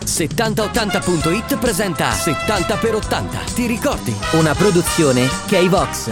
7080.it presenta 70x80. Ti ricordi? Una produzione K-Vox.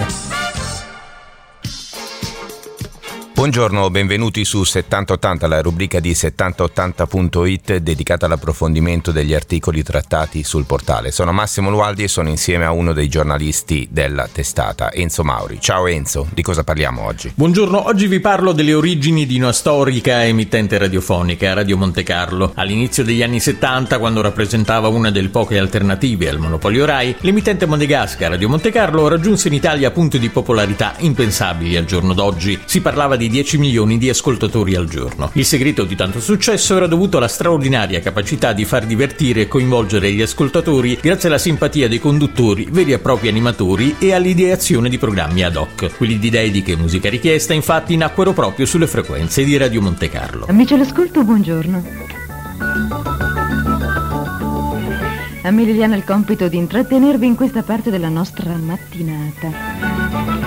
Buongiorno, benvenuti su 7080, la rubrica di 7080.it dedicata all'approfondimento degli articoli trattati sul portale. Sono Massimo Lualdi e sono insieme a uno dei giornalisti della testata, Enzo Mauri. Ciao Enzo, di cosa parliamo oggi? Buongiorno, oggi vi parlo delle origini di una storica emittente radiofonica, Radio Monte Carlo. All'inizio degli anni 70, quando rappresentava una delle poche alternative al monopolio Rai, l'emittente monegasca Radio Monte Carlo raggiunse in Italia punti di popolarità impensabili al giorno d'oggi. Si parlava di 10 milioni di ascoltatori al giorno. Il segreto di tanto successo era dovuto alla straordinaria capacità di far divertire e coinvolgere gli ascoltatori grazie alla simpatia dei conduttori, veri e propri animatori, e all'ideazione di programmi ad hoc. Quelli di dediche e musica richiesta infatti nacquero proprio sulle frequenze di Radio Monte Carlo. Amici all'ascolto, buongiorno. A me Liliana il compito di intrattenervi in questa parte della nostra mattinata.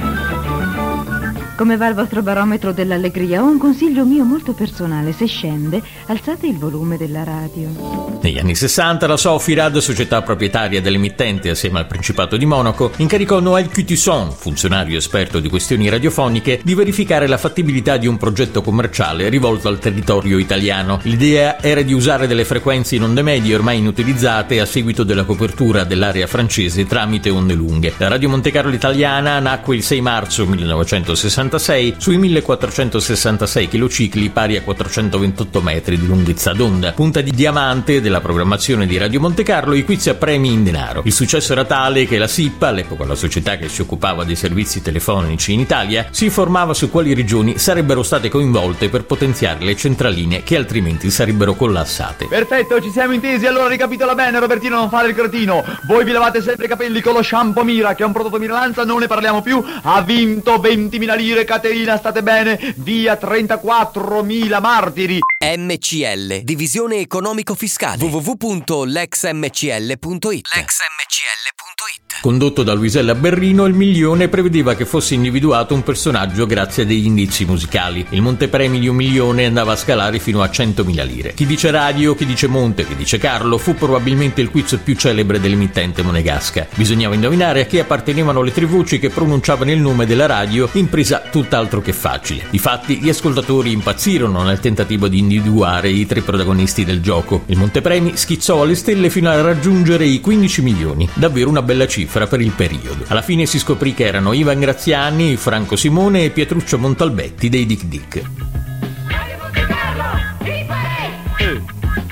Come va il vostro barometro dell'allegria? Ho un consiglio mio molto personale: se scende, alzate il volume della radio. Negli anni 60 la Sofirad, società proprietaria dell'emittente assieme al Principato di Monaco, incaricò Noël Cutisson, funzionario esperto di questioni radiofoniche, di verificare la fattibilità di un progetto commerciale rivolto al territorio italiano. L'idea era di usare delle frequenze in onde medie ormai inutilizzate a seguito della copertura dell'area francese tramite onde lunghe. La Radio Monte Carlo italiana nacque il 6 marzo 1966 sui 1466 kilocicli pari a 428 metri di lunghezza d'onda, punta di diamante della programmazione di Radio Monte Carlo, i quiz a premi in denaro. Il successo era tale che la SIP, all'epoca la società che si occupava dei servizi telefonici in Italia, si informava su quali regioni sarebbero state coinvolte per potenziare le centraline che altrimenti sarebbero collassate. Perfetto, ci siamo intesi, allora ricapitola bene Robertino, non fare il cretino. Voi vi lavate sempre i capelli con lo shampoo Mira, che è un prodotto Miralanza, non ne parliamo più. Ha vinto 20.000 lire Caterina, state bene, via 34.000 martiri. MCL, divisione economico-fiscale, www.lexmcl.it. Condotto da Luisella Berrino, il milione prevedeva che fosse individuato un personaggio grazie a degli indizi musicali. Il montepremi di 1 milione andava a scalare fino a 100.000 lire. Chi dice radio, chi dice Monte, chi dice Carlo fu probabilmente il quiz più celebre dell'emittente monegasca. Bisognava indovinare a chi appartenevano le tre voci che pronunciavano il nome della radio, impresa tutt'altro che facile. Difatti gli ascoltatori impazzirono nel tentativo di individuare i tre protagonisti del gioco. Il montepremi schizzò alle stelle fino a raggiungere i 15 milioni, davvero una bella cifra per il periodo. Alla fine si scoprì che erano Ivan Graziani, Franco Simone e Pietruccio Montalbetti dei Dic Dic. Radio Monte Carlo, hit parade!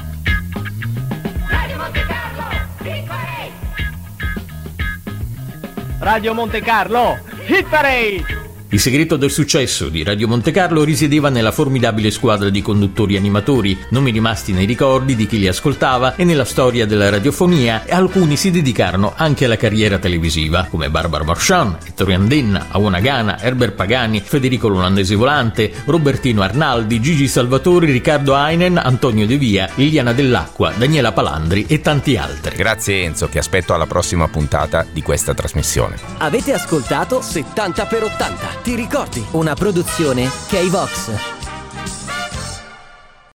Radio Monte Carlo, hit parade! Radio Monte Carlo, hit parade! Il segreto del successo di Radio Monte Carlo risiedeva nella formidabile squadra di conduttori animatori, nomi rimasti nei ricordi di chi li ascoltava e nella storia della radiofonia, e alcuni si dedicarono anche alla carriera televisiva, come Barbara Marchand, Ettore Andenna, Aona Gana, Herbert Pagani, Federico l'Olandese Volante, Robertino Arnaldi, Gigi Salvatori, Riccardo Heinen, Antonio De Via, Liliana Dell'Acqua, Daniela Palandri e tanti altri. Grazie Enzo, che aspetto alla prossima puntata di questa trasmissione. Avete ascoltato 70x80. Ti ricordi? Una produzione K-Vox.